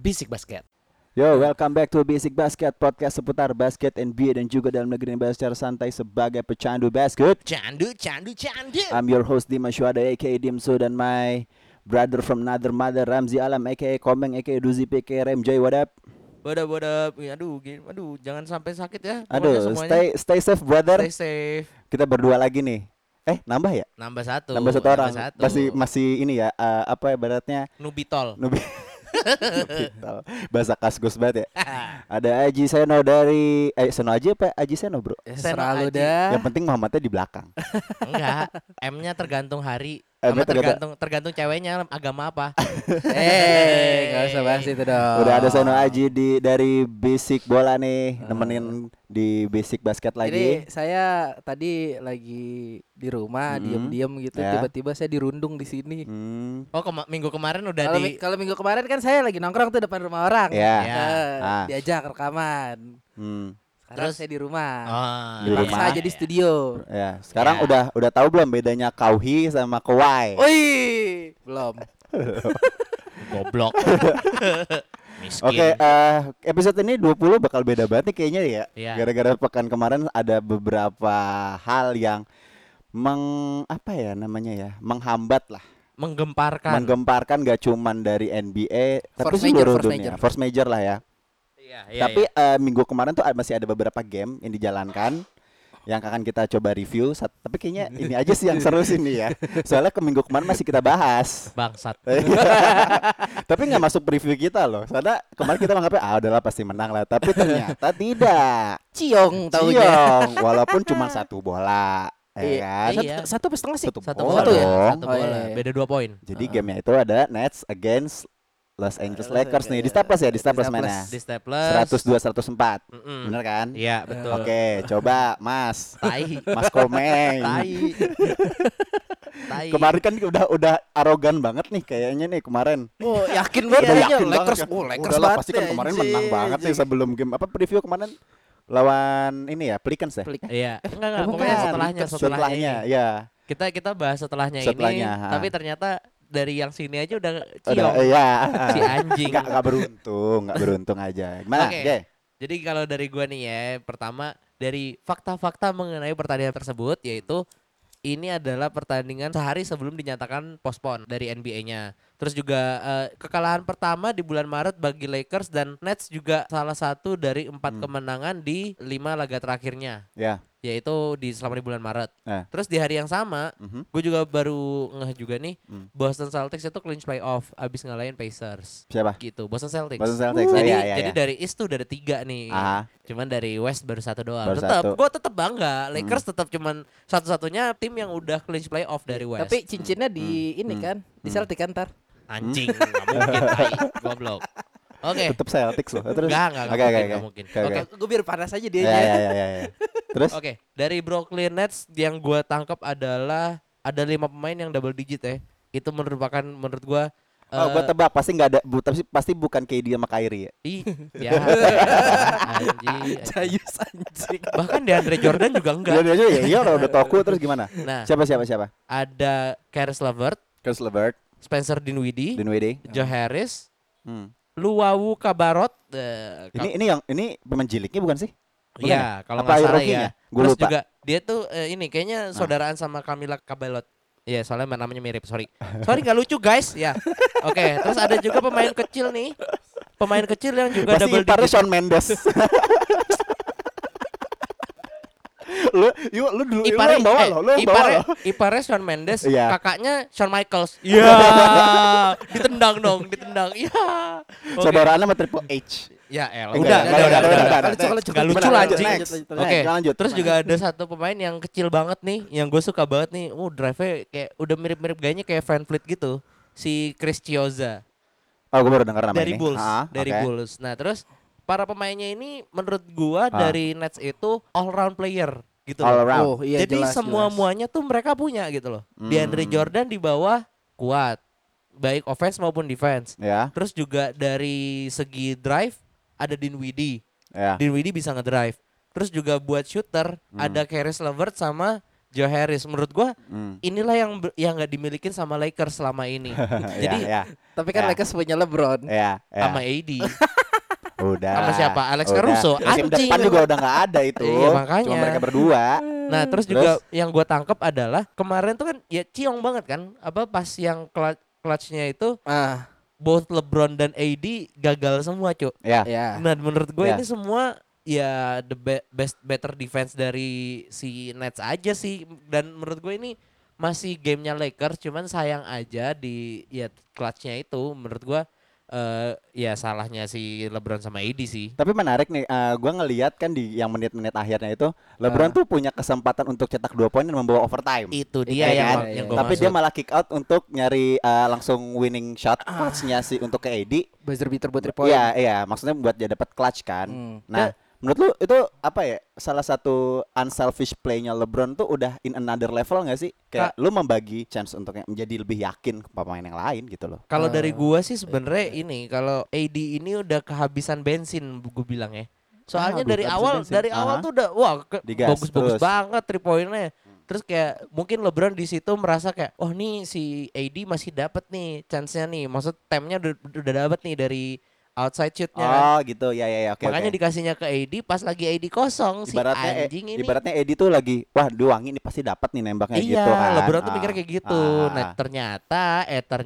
Bisik Basket. Yo, welcome back to Basic Basket, podcast seputar basket, NBA dan juga dalam negeri yang bahas secara santai sebagai pecandu basket. Candu. I'm your host Dimas Syuhada aka Dimso, dan my brother from another mother Ramzi Alam aka Komeng aka Duzi aka Remjoy. What up? Boda. Aduh, jangan sampai sakit ya. Aduh, stay safe brother. Stay safe. Kita berdua lagi nih. Nambah ya? Nambah satu orang. Masih ini ya, apa ibaratnya? Nubitol. Bahasa kasgus banget ya. Ada Aji Seno dari Seno aja apa Aji Seno bro? Selalu dah. Yang penting Muhammadnya di belakang. Enggak, M-nya tergantung hari. M-nya Tergantung ceweknya agama apa. Gak usah bahas itu dong. Udah ada Seno Aji dari Basic Bola nih, nemenin di Basic Basket lagi. Jadi saya tadi lagi di rumah diam-diam gitu, tiba-tiba saya dirundung di sini. Oh, minggu kemarin udah Kalau minggu kemarin kan saya lagi nongkrong tuh depan rumah orang. Diajak rekaman. Sekarang saya di rumah. Di rumah aja di studio. Ya, sekarang udah tahu belum bedanya Kauhi sama Kawhi? Wih, belum. Goblok. Oke, episode ini 20 bakal beda banget nih kayaknya ya. Gara-gara pekan kemarin ada beberapa hal yang menghambat lah. Menggemparkan gak cuman dari NBA tapi seluruh dunia. Force major lah ya. Tapi minggu kemarin tuh masih ada beberapa game yang dijalankan yang akan kita coba review. Tapi kayaknya ini aja sih yang seru sih nih ya. Soalnya ke minggu kemarin masih kita bahas. Bangsat. Tapi nggak masuk preview kita loh. Soalnya kemarin kita menganggapnya udahlah pasti menang lah. Tapi ternyata tidak. Ciong. Walaupun cuma satu bola. Satu setengah sih. Satu bola. Beda 2 poin. Jadi gamenya itu ada Nets against Los Angeles Lakers nih di Staples ya, di Staples mana? Di Staples 102-104. Bener kan? Iya, betul. Oke, coba Mas Komeng. Kemarin kan udah arogan banget nih kayaknya nih kemarin. Oh, yakin banget Lakers. Lakers banget. Pasti kan kemarin menang banget nih sebelum game preview kemarin lawan ini ya, Pelicans ya? Iya. Enggak, pokoknya setelahnya ya. Kita bahas setelahnya ini, tapi ternyata dari yang sini aja udah ciong. Si anjing. Enggak beruntung aja. Gimana? Okay. Jadi kalau dari gua nih ya, pertama dari fakta-fakta mengenai pertandingan tersebut, yaitu ini adalah pertandingan sehari sebelum dinyatakan postpone dari NBA-nya. Terus juga kekalahan pertama di bulan Maret bagi Lakers, dan Nets juga salah satu dari 4 kemenangan di 5 laga terakhirnya. Yaitu selama di bulan Maret. Terus di hari yang sama, gue juga baru ngeh juga nih, Boston Celtics itu clinch playoff abis ngalahin Pacers. Siapa? Gitu, Boston Celtics. Jadi dari East tuh udah ada 3 nih. Cuman dari West baru 1 doang. Gue tetap bangga. Lakers tetap cuman satu-satunya tim yang udah clinch playoff dari West. Tapi cincinnya di ini kan, di Celtic kan ntar. Anjing, gak mungkin, goblok. Oke. Tetap Celtics loh. Terus Gak mungkin. Oke, gue biar panas aja dia. Ya. Terus? Oke, dari Brooklyn Nets yang gue tangkap adalah ada 5 pemain yang double digit ya. Itu menurut gue. Gue tebak pasti nggak ada, tapi pasti bukan KD sama Kyrie ya. Ya. Anjing. Jayus anjing. Bahkan DeAndre Jordan juga enggak. Iya udah Toku, terus gimana? Nah, siapa? Ada Caris LeVert, Spencer Dinwiddie, Joe Harris, Luwawu Cabarrot. Ini pemain jiliknya bukan sih? Iya, kalau nggak salah ya. Terus lupa. juga dia tuh ini kayaknya saudaraan sama Camila Cabello. Iya, soalnya namanya mirip. Sorry nggak lucu guys. Ya. Oke, terus ada juga pemain kecil nih. Pemain kecil yang juga double digit. Shawn Mendes. lu dulu yang bawa lo. Iparnya Shawn Mendes, kakaknya Shawn Michaels. Iya. Ditendang. Iya. Saudaraannya sama Triple H. Ya elah. Udah. Gak lucu lanjut. Oke, lanjut. Terus juga ada satu pemain yang kecil banget nih, yang gue suka banget nih. Drive-nya kayak udah mirip-mirip gayanya kayak Van Vliet gitu. Si Chris Chiozza. Oh, gue baru dengar namanya dari Bulls. Bulls. Nah, terus para pemainnya ini menurut gua dari Nets itu all round player gitu loh. Jadi semua-muanya tuh mereka punya gitu loh. DeAndre Jordan di bawah kuat, baik offense maupun defense. Terus juga dari segi drive ada Dinwiddie. Dinwiddie bisa ngedrive. Terus juga buat shooter ada Caris LeVert sama Joe Harris. Menurut gua inilah yang nggak dimilikin sama Lakers selama ini. Jadi tapi kan Lakers punya LeBron sama AD. Udah. Sama siapa? Alex Caruso. Musim depan juga udah nggak ada itu. Iya, makanya. Cuma mereka berdua. Nah, terus juga yang gua tangkap adalah kemarin tuh kan ya ciong banget kan. Apa pas yang clutch-nya itu both LeBron dan AD gagal semua, Cuk. Nah, menurut gue ini semua ya better defense dari si Nets aja sih, dan menurut gue ini masih gamenya Lakers, cuman sayang aja di ya clutchnya itu menurut gue ya salahnya si LeBron sama AD sih. Tapi menarik nih, gue ngelihat kan di yang menit-menit akhirnya itu LeBron tuh punya kesempatan untuk cetak 2 poin dan membawa overtime. Itu dia yang tapi dia malah kick out untuk nyari langsung winning shot clutch-nya sih untuk ke AD. Buzzer beater buat 3 point. Iya, maksudnya buat dia dapat clutch kan. Nah, menurut lu itu apa ya, salah satu unselfish play-nya LeBron tuh udah in another level gak sih? Kayak lu membagi chance untuk menjadi lebih yakin ke pemain yang lain gitu loh. Kalau dari gua sih sebenarnya ini, kalau AD ini udah kehabisan bensin gua bilang ya. Soalnya dari awal tuh udah bagus-bagus banget 3 point-nya. Terus kayak mungkin LeBron di situ merasa kayak nih si AD masih dapat nih chance-nya nih. Maksud time-nya udah dapat nih dari outside shoot-nya kan. Gitu. Ya, oke. Makanya dikasihnya ke AD pas lagi AD kosong. Ibaratnya, si anjing ini. Ibaratnya AD tuh lagi wangi nih, pasti dapat nih nembaknya gitu kan. Iya, LeBron tuh mikir kayak gitu. Nah, ternyata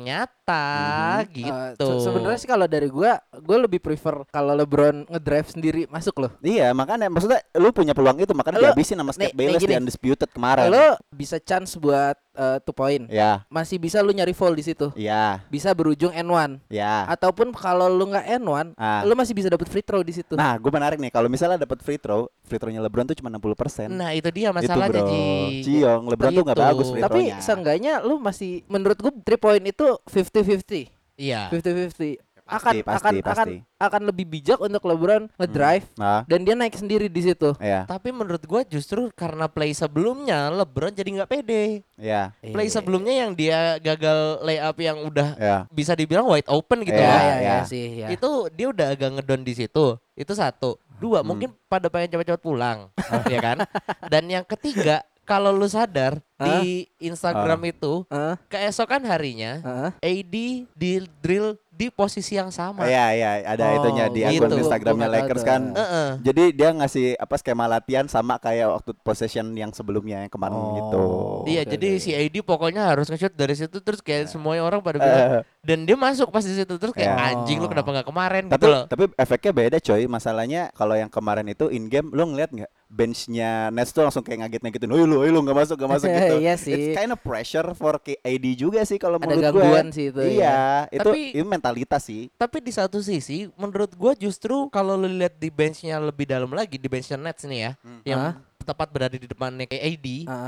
gitu. Sebenarnya sih kalau dari gue lebih prefer kalau LeBron ngedrive sendiri masuk loh. Iya, makanya maksudnya lu punya peluang itu, makanya dihabisin sama Skip Bayless di undisputed kemarin. Lo bisa chance buat 2 point. Masih bisa lu nyari foul di situ. Bisa berujung N1. Ataupun kalau lu nggak N1, lu masih bisa dapat free throw di situ. Nah, gue menarik nih, kalau misalnya dapat free throw-nya LeBron tuh cuma 60%. Nah, itu dia masalahnya, Ciong, LeBron tuh nggak bagus free throw-nya. Tapi seenggaknya lu masih, menurut gue 3 point itu 50-50. Iya. 50-50. Pasti. Akan lebih bijak untuk LeBron ngedrive dan dia naik sendiri di situ. Tapi menurut gue justru karena play sebelumnya LeBron jadi nggak pede. Play sebelumnya yang dia gagal layup yang udah bisa dibilang wide open gitu sih. Itu dia udah agak ngedon di situ. Itu 1. 2, mungkin pada pengen cepet-cepet pulang, ya kan? Dan yang ketiga, kalau lu sadar di Instagram itu keesokan harinya AD di drill di posisi yang sama. Iya, ada itunya di akun Instagramnya Lakers kan. Jadi dia ngasih skema latihan sama kayak waktu possession yang sebelumnya yang kemarin gitu. Iya, jadi si AD pokoknya harus nge-shoot dari situ, terus kayak semuanya orang pada bilang dan dia masuk pas di situ, terus kayak anjing lu kenapa nggak kemarin gitu loh. Tapi efeknya beda coy. Masalahnya kalau yang kemarin itu in game lu ngeliat nggak benchnya Nets tuh langsung kayak ngaget-ngagetin, lu nggak masuk gitu. Iya sih. It's kind of pressure for AD juga sih kalau menurut gue. Ada gangguan sih itu. Iya, itu mentalitas sih. Tapi di satu sisi menurut gue justru kalau lu lihat di benchnya lebih dalam lagi, di benchnya Nets nih ya, yang tepat berada di depannya kayak AD.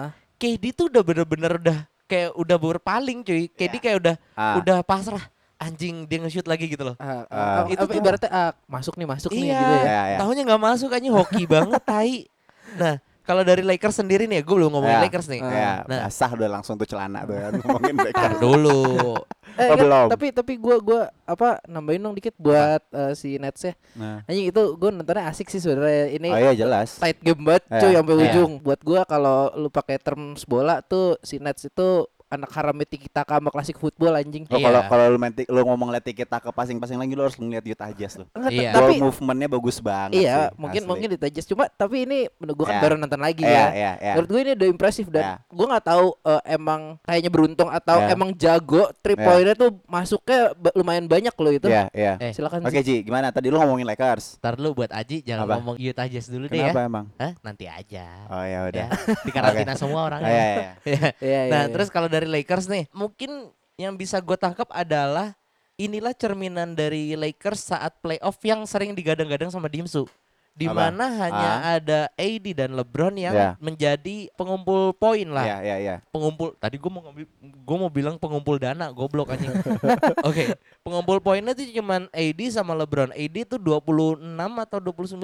KD tuh udah bener-bener udah kayak udah berpaling cuy. KD kayak udah pasrah. Anjing dia nge-shoot lagi gitu loh. Itu ibaratnya masuk nih gitu ya. Tahunya nggak masuk, anjing hoki banget tai. Nah, kalau dari Lakers sendiri nih, gue belum ngomongin Lakers nih. Nah, basah udah langsung tuh celana tuh ngomongin Lakers dulu. Belum. Tapi gue nambahin dong dikit buat si Nets ya. Anjing itu gue nontonnya asik sih sebenarnya. Ini jelas. Tight game banget cuy sampai ujung. Buat gue kalau lu pakai terms bola tuh si Nets itu anak haram tiki taka sama klasik football anjing. Kalau lu ngomong lihat tiki taka passing lagi lu harus ngeliat Utah Jazz lu. Tapi movementnya bagus banget. Iya, sih, mungkin Utah Jazz, cuma tapi ini gue kan baru nonton lagi ya. Menurut gue ini udah impresif dan gue nggak tahu emang kayaknya beruntung atau emang jago 3 poinnya tuh masuknya lumayan banyak loh itu. Silakan. Oke Ji, gimana? Tadi lu ngomongin Lakers. Ntar lu buat Aji jangan ngomong Utah Jazz dulu deh ya. Kenapa emang? Nanti aja. Oh ya udah. Di karantina semua orangnya. Nah, terus kalau dari Lakers nih, mungkin yang bisa gue tangkap adalah inilah cerminan dari Lakers saat playoff yang sering digadang-gadang sama Dimsu, di mana hanya ada AD dan LeBron yang menjadi pengumpul poin lah. Pengumpul. Tadi gue mau bilang pengumpul dana, goblok anjing. Oke. Pengumpul poinnya tuh cuman AD sama LeBron. AD tuh 26 atau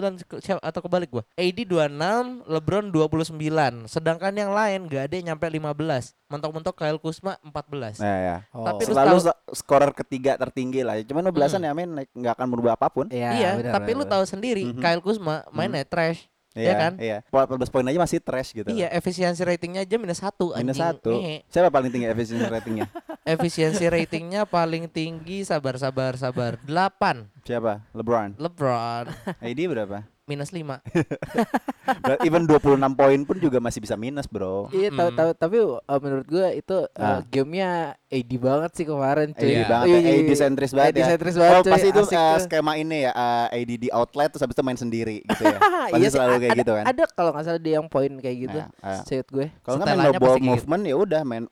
29 atau kebalik gua. AD 26, LeBron 29. Sedangkan yang lain gak ada yang nyampe 15. Mentok-mentok Kyle Kuzma 14. Tapi selalu skorer ketiga tertinggi lah. Cuman 12-an ya men, nggak akan merubah apapun. Iya, benar, tapi lu tahu sendiri Kyle Kuzma mainnya trash. ya kan? Iya. 14 poin aja masih trash gitu. Iya, efisiensi ratingnya aja -1 anjing. -1. Siapa paling tinggi efisiensi ratingnya? Efisiensi ratingnya paling tinggi sabar 8. Siapa? LeBron. AD berapa? -5. Even 26 poin pun juga masih bisa minus, bro. Iya, tapi menurut gue itu gamenya AD banget sih kemarin. AD banget, AD sentris banget ya. Oh, pasti itu skema ini ya, AD di outlet terus habis itu main sendiri gitu ya. Pasti selalu kayak gitu kan. Ada kalau nggak salah dia yang poin kayak gitu. Set gue. Kalau nggak main low ball movement ya udah main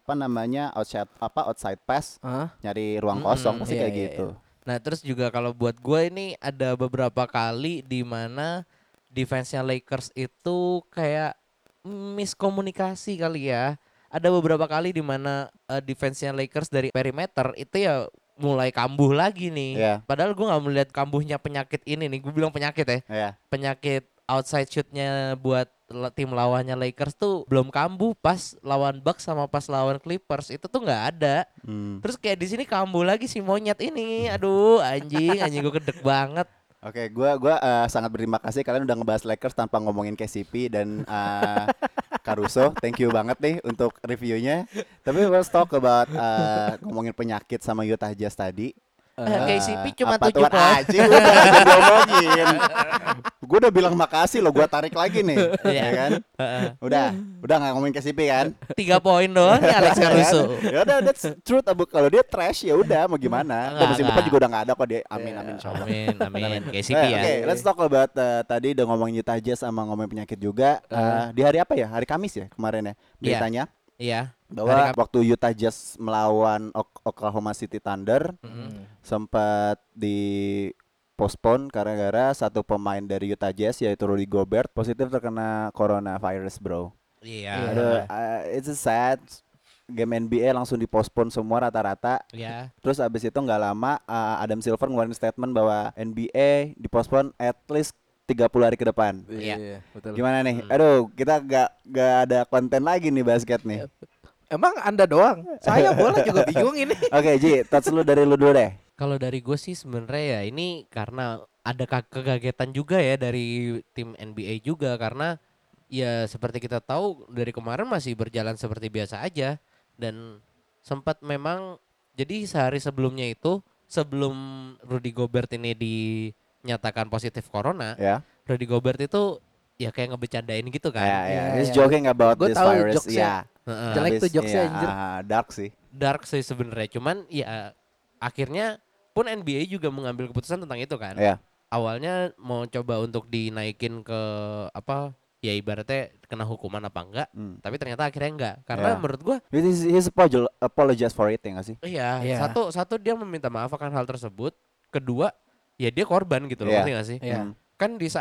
outside pass, nyari ruang kosong pasti kayak gitu. Nah terus juga kalau buat gue ini ada beberapa kali di mana defense-nya Lakers itu kayak miskomunikasi kali ya. Ada beberapa kali di mana defense-nya Lakers dari perimeter itu ya mulai kambuh lagi nih. Padahal gue nggak melihat kambuhnya penyakit ini nih. Gue bilang penyakit ya. Penyakit outside shoot-nya buat tim lawannya Lakers tuh belum kambuh pas lawan Bucks sama pas lawan Clippers itu tuh nggak ada. Terus kayak di sini kambuh lagi si monyet ini. Aduh, anjing gue gedek banget. Oke, gue sangat berterima kasih kalian udah ngebahas Lakers tanpa ngomongin KCP dan Caruso. Thank you banget nih untuk reviewnya. Tapi let's talk about ngomongin penyakit sama Utah Jazz tadi. KCP cuma 7 poin. Udah ngomongin. Gue udah bilang makasih loh, gue tarik lagi nih. Ya kan? Udah nggak ngomongin KCP kan? 3 poin doang nih Alex Caruso. Ya udah, that's truth. Kalau dia trash ya udah mau gimana. Musim depan juga udah nggak ada kok dia. Amin insyaallah. Amin. KCP ya. Oke, let's talk about tadi udah ngomongin Utah Jazz sama ngomongin penyakit juga. Di hari apa ya? Hari Kamis ya kemarin ya beritanya. Iya. Bahwa waktu Utah Jazz melawan Oklahoma City Thunder sempat di postpone karena satu pemain dari Utah Jazz yaitu Rudy Gobert positif terkena coronavirus, bro. Iya. It's a sad game NBA langsung dipospon semua rata-rata. Iya. Terus abis itu nggak lama Adam Silver ngeluarin statement bahwa NBA dipospon at least 30 hari ke depan. Iya, betul. Gimana nih? Aduh, kita gak ada konten lagi nih basket nih. Emang Anda doang? Saya bola juga bingung ini. Oke, Ji, touch lu dari lu dulu deh. Kalau dari gue sih sebenarnya ya ini karena ada kegagetan juga ya dari tim NBA juga karena ya seperti kita tahu dari kemarin masih berjalan seperti biasa aja dan sempat memang jadi sehari sebelumnya itu sebelum Rudy Gobert ini dinyatakan positif corona, Rudy Gobert itu ya kayak ngebecandain gitu kan. He's joking about this virus. Jelek tuh jokesnya anjir. Dark sih sebenarnya. Cuman ya akhirnya pun NBA juga mengambil keputusan tentang itu kan. Awalnya mau coba untuk dinaikin ke apa? Ya ibaratnya kena hukuman apa enggak. Tapi ternyata akhirnya enggak. Karena menurut gua he's apologize for it ya enggak sih? Iya. Satu dia meminta maaf akan hal tersebut. Kedua ya dia korban gitu loh, ngerti enggak sih? Kan di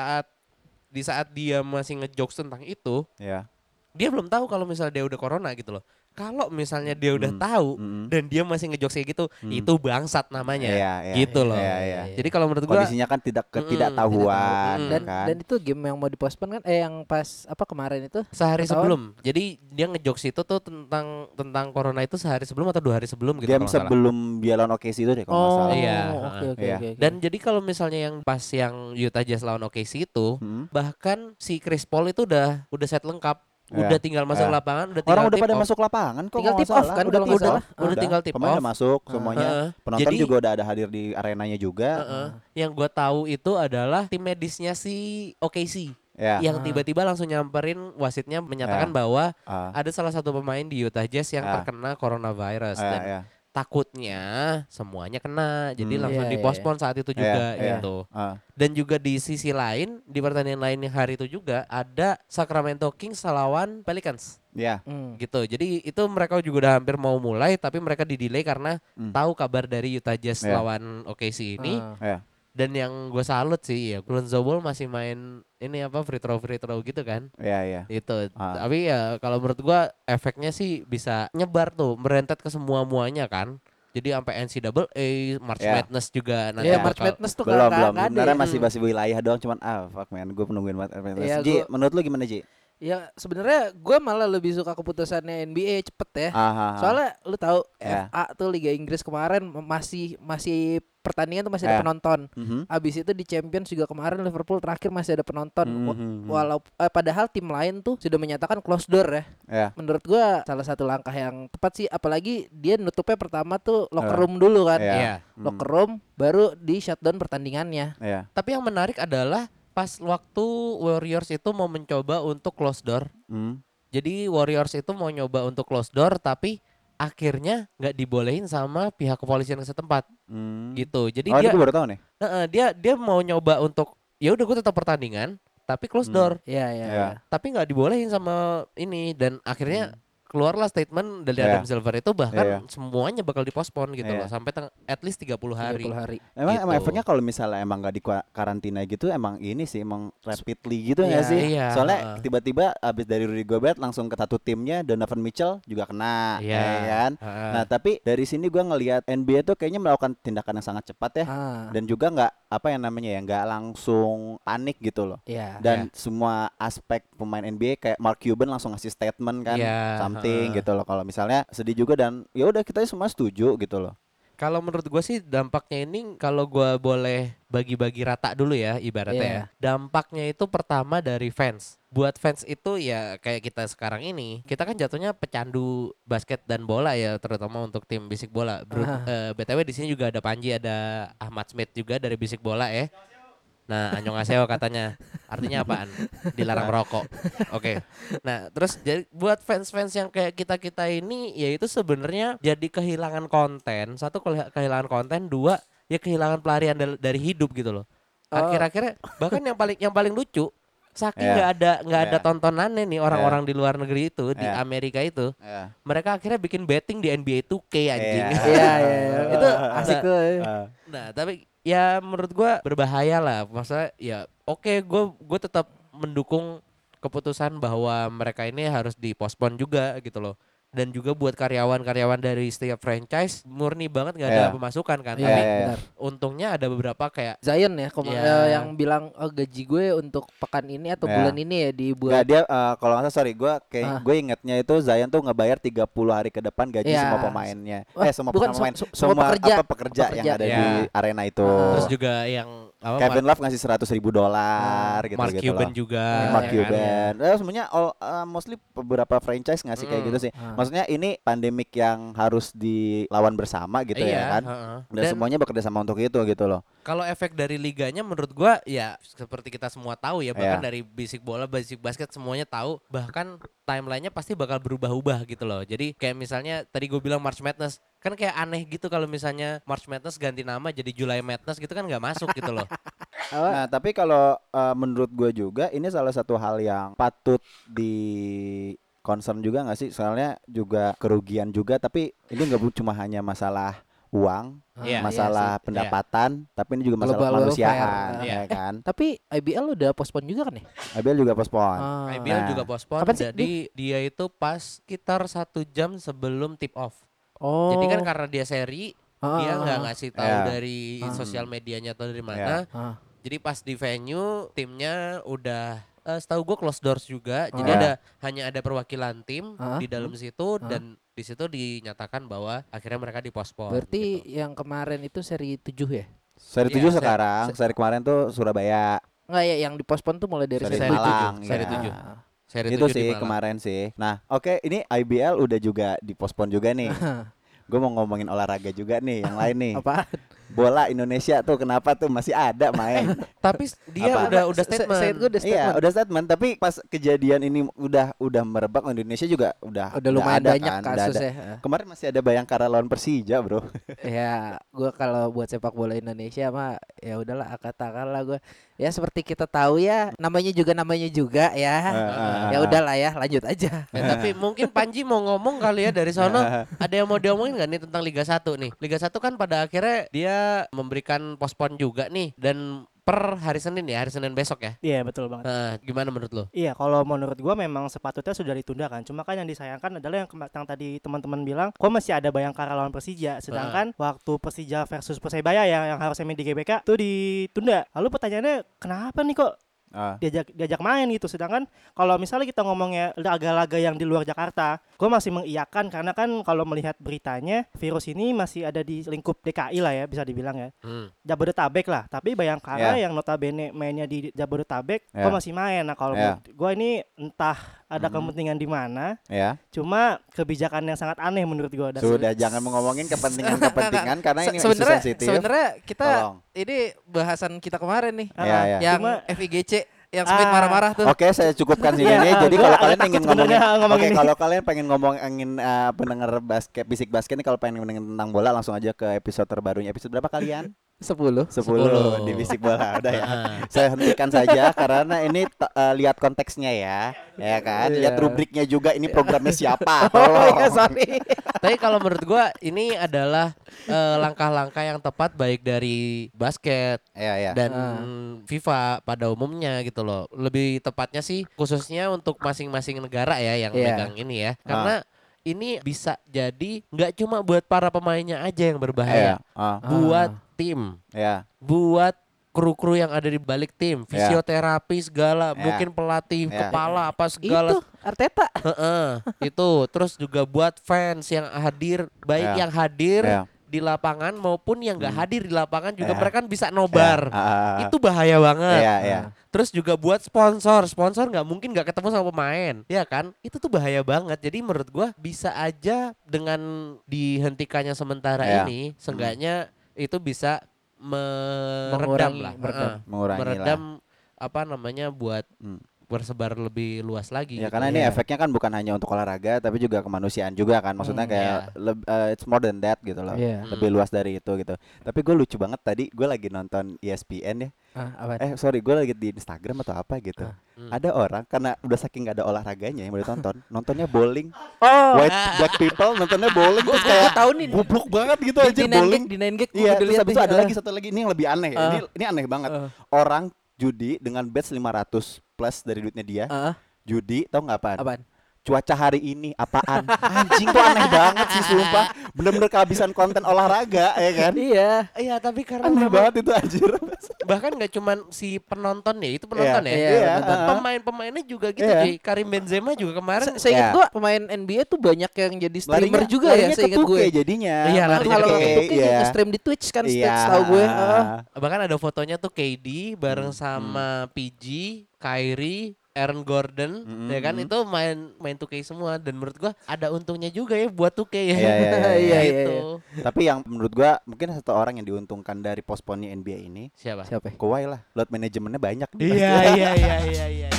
saat dia masih ngejokes tentang itu, dia belum tahu kalau misalnya dia udah corona gitu loh. Kalau misalnya dia udah tahu dan dia masih ngejokes kayak gitu, itu bangsat namanya, gitu loh. Jadi kalau menurut gua kondisinya kan ketidaktahuan kan. Dan itu game yang mau dipospon kan yang pas apa kemarin itu sehari sebelum. Jadi dia ngejokes itu tuh tentang corona itu sehari sebelum atau 2 hari sebelum gitu. Game sebelum dia lawan OKC itu deh kalau nggak salah. Oke. Dan jadi kalau misalnya yang pas yang Utah Jazz lawan OKC itu, bahkan si Chris Paul itu udah set lengkap. Udah tinggal masuk lapangan, orang udah pada masuk lapangan kok. Tinggal tip off kan, udah tinggal tip off. Pemain udah masuk semuanya. Penonton juga udah ada hadir di arenanya juga. Yang gue tahu itu adalah tim medisnya si OKC. Yang tiba-tiba langsung nyamperin wasitnya menyatakan bahwa ada salah satu pemain di Utah Jazz yang terkena coronavirus dan takutnya semuanya kena, jadi langsung dipospon saat itu juga gitu. Dan juga di sisi lain di pertandingan lain hari itu juga ada Sacramento Kings lawan Pelicans. Gitu. Jadi itu mereka juga udah hampir mau mulai tapi mereka di-delay karena tahu kabar dari Utah Jazz lawan OKC ini. Dan yang gue salut sih ya Lonzo Ball masih main ini apa free throw gitu kan. Itu. Tapi ya kalau menurut gue efeknya sih bisa nyebar tuh merentet ke semua-muanya kan. Jadi sampai NCAA, March Madness juga nanti. March Madness tuh belum. Sebenarnya masih wilayah doang cuman fuck man, gue penungguin March Madness. Ji, menurut lu gimana Ji? Ya sebenarnya gue malah lebih suka keputusannya NBA cepet ya. Soalnya lu tahu FA tuh Liga Inggris kemarin masih pertandingan tuh masih ada penonton. Abis itu di Champions juga kemarin Liverpool terakhir masih ada penonton. Walau padahal tim lain tuh sudah menyatakan close door ya. Menurut gua salah satu langkah yang tepat sih, apalagi dia nutupnya pertama tuh locker room dulu kan. Locker room baru di shutdown pertandingannya. Tapi yang menarik adalah pas waktu Warriors itu mau mencoba untuk close door. Jadi Warriors itu mau nyoba untuk close door tapi akhirnya nggak dibolehin sama pihak kepolisian setempat. Gitu. Jadi dia baru tahu nih. Dia mau nyoba untuk ya udah gue tetap pertandingan tapi close door. Iya. Tapi nggak dibolehin sama ini dan akhirnya keluarlah statement dari Adam Silver itu bahkan semuanya bakal dipospon gitu loh sampai at least 30 hari. Emang efeknya kalau misalnya emang gak di karantina gitu emang ini sih emang rapidly gitu ya sih. Soalnya tiba-tiba abis dari Rudy Gobert langsung ke satu timnya Donovan Mitchell juga kena kan. Nah tapi dari sini gue ngelihat NBA tuh kayaknya melakukan tindakan yang sangat cepat ya. Dan juga nggak langsung panik gitu loh. Dan semua aspek pemain NBA kayak Mark Cuban langsung ngasih statement kan. Gitu loh, kalau misalnya sedih juga dan ya udah kita semua setuju gitu loh. Kalau menurut gue sih dampaknya ini kalau gue boleh bagi-bagi rata dulu ya ibaratnya ya. Dampaknya itu pertama dari fans. Buat fans itu ya kayak kita sekarang ini, kita kan jatuhnya pecandu basket dan bola ya, terutama untuk tim Bisik Bola. BTW di sini juga ada Panji, ada Ahmad Smith juga dari Bisik Bola ya. Nah, annyeonghaseyo katanya. Artinya apaan? Dilarang merokok. Oke. Nah, terus jadi buat fans-fans yang kayak kita-kita ini ya itu sebenarnya jadi kehilangan konten. Satu kehilangan konten, dua ya kehilangan pelarian dari hidup gitu loh. Akhir-akhirnya bahkan yang paling lucu saking nggak ada tontonannya nih orang-orang di luar negeri itu di Amerika itu. Mereka akhirnya bikin betting di NBA 2K anjing. Itu asik tuh. Nah, tapi ya menurut gue berbahaya lah. Maksudnya ya oke, gue tetap mendukung keputusan bahwa mereka ini harus dipospon juga gitu loh. Dan juga buat karyawan-karyawan dari setiap franchise murni banget nggak ada pemasukan kan. Tapi untungnya ada beberapa kayak Zion ya yang bilang gaji gue untuk pekan ini atau bulan ini ya dibuat. Nggak, dia kalau nggak salah gue ingetnya itu Zion tuh ngebayar 30 hari ke depan gaji semua pemainnya. Semua pekerja yang ada di arena itu. Terus juga yang Kevin Love ngasih $100,000 gitu. Mark Cuban juga. Mark Cuban. Semuanya mostly beberapa franchise ngasih kayak gitu sih. Maksudnya ini pandemik yang harus dilawan bersama gitu ya kan. Dan semuanya bekerja sama untuk itu gitu loh. Kalau efek dari liganya menurut gua ya seperti kita semua tahu ya, bahkan dari Basic Bola, Basic Basket semuanya tahu, bahkan timelinenya pasti bakal berubah-ubah gitu loh. Jadi kayak misalnya tadi gue bilang March Madness, kan kayak aneh gitu kalau misalnya March Madness ganti nama jadi July Madness gitu kan nggak masuk gitu loh. Nah tapi kalau menurut gue juga ini salah satu hal yang patut di concern juga nggak sih, soalnya juga kerugian juga, tapi ini nggak cuma hanya masalah uang, masalah pendapatan, tapi ini juga masalah kemanusiaan, ya kan. Tapi IBL udah postpone juga kan nih? IBL juga postpone. IBL juga postpone. Jadi dia itu pas sekitar 1 jam sebelum tip off. Jadi kan karena dia seri, dia nggak ngasih tahu dari sosial medianya atau dari mana. Jadi pas di venue timnya udah setahu gue close doors juga. Jadi hanya ada perwakilan tim di dalam situ dan di situ dinyatakan bahwa akhirnya mereka dipospon. Berarti gitu. yang kemarin itu seri 7 ya? Seri 7 sekarang, seri kemarin tuh Surabaya. Enggak ya, yang dipospon tuh mulai dari seri 7. Seri 7. Seri itu sih kemarin sih. Nah, oke, ini IBL udah juga dipospon juga nih. Gue mau ngomongin olahraga juga nih, yang lain nih. Apa? Bola Indonesia tuh kenapa tuh masih ada main? Tapi dia udah statement. Iya, udah statement. Tapi pas kejadian ini udah merebak, Indonesia juga udah lumayan ada banyak kan, kasusnya. Kemarin masih ada Bayangkara lawan Persija, bro. Ya, gue kalau buat sepak bola Indonesia mah ya udahlah, katakanlah gue ya seperti kita tahu ya, namanya juga ya. Ya udahlah ya, lanjut aja. Tapi mungkin Panji mau ngomong kali ya dari sono. Ada yang mau diomongin nggak nih tentang Liga 1 nih? Liga 1 kan pada akhirnya dia memberikan pospon juga nih, dan per hari Senin besok ya. Iya betul banget. Gimana menurut lo? Iya, kalau menurut gua memang sepatutnya sudah ditunda kan. Cuma kan yang disayangkan adalah yang tadi teman-teman bilang, kok masih ada Bayangkara lawan Persija, sedangkan waktu Persija versus Persebaya yang harusnya main di GBK itu ditunda. Lalu pertanyaannya, kenapa nih kok diajak main gitu. Sedangkan kalau misalnya kita ngomongnya laga-laga yang di luar Jakarta, gue masih mengiyakan karena kan kalau melihat beritanya virus ini masih ada di lingkup DKI lah ya bisa dibilang ya. Jabodetabek lah. Tapi Bayangkara yang notabene mainnya di Jabodetabek, gue masih main. Nah kalau gue ini entah ada kepentingan di mana. Cuma kebijakan yang sangat aneh menurut gue. Sudah jangan ngomongin kepentingan karena ini isu sensitif. Sebenarnya kita ini bahasan kita kemarin nih. Yang cuma FIGC yang Smith marah-marah tuh. Oke, saya cukupkan sini nih. Jadi kalau kalian ingin ngomongin kalau kalian pengen ngomongin pendengar basket, bisik basket nih, kalau pengen ngomongin tentang bola langsung aja ke episode terbarunya. Episode berapa kalian? 10 di bisik bola udah ya. Saya hentikan saja karena ini lihat konteksnya ya kan. Lihat rubriknya juga, ini programnya siapa. Sorry. Tapi kalau menurut gua ini adalah langkah-langkah yang tepat baik dari basket dan FIFA pada umumnya gitu loh. Lebih tepatnya sih khususnya untuk masing-masing negara ya yang megang ini ya. Karena ini bisa jadi nggak cuma buat para pemainnya aja yang berbahaya, buat tim, buat kru-kru yang ada di balik tim, fisioterapi segala, mungkin pelatih, kepala apa segala. Itu Arteta. Itu terus juga buat fans yang hadir, baik yang hadir di lapangan maupun yang nggak hadir di lapangan juga mereka kan bisa nobar. Itu bahaya banget. Terus juga buat sponsor nggak mungkin nggak ketemu sama pemain, ya kan? Itu tuh bahaya banget. Jadi menurut gua bisa aja dengan dihentikannya sementara ini, seenggaknya itu bisa meredam apa namanya buat bersebar lebih luas lagi. Ya gitu. Karena ini efeknya kan bukan hanya untuk olahraga tapi juga kemanusiaan juga kan. Maksudnya kayak it's more than that gitu loh. Lebih luas dari itu gitu. Tapi gue lucu banget tadi gue lagi nonton ESPN ya. Sorry gue lagi di Instagram atau apa gitu. Ada orang karena udah saking gak ada olahraganya yang boleh tonton, nontonnya bowling. Black people nontonnya bowling terus kayak tahu nih goblok banget gitu aja bowling. Di 9gag iya, terus habis itu ada lagi satu lagi ini yang lebih aneh. Ini aneh banget. Orang judi dengan bets 500 plus dari duitnya dia. Judi, tau gak apaan? Cuaca hari ini apaan? Anjing tuh aneh banget sih sumpah. Bener-bener kehabisan konten olahraga ya kan? Iya tapi karena aneh banget itu anjir. Bahkan gak cuman si penonton ya, itu penonton pemain-pemainnya juga gitu. Karim Benzema juga kemarin. Seingat gua pemain NBA tuh banyak yang jadi streamer juga ya, seingat gue. Jadinya. Iya, kalau stream di Twitch kan setahu gue. Bahkan ada fotonya tuh KD bareng sama PG, Kyrie, Aaron Gordon, ya kan itu main 2K semua dan menurut gua ada untungnya juga ya buat 2K ya. Gitu. Tapi yang menurut gua mungkin satu orang yang diuntungkan dari postpone NBA ini siapa? Kawhi lah. Load manajemennya banyak. Iya.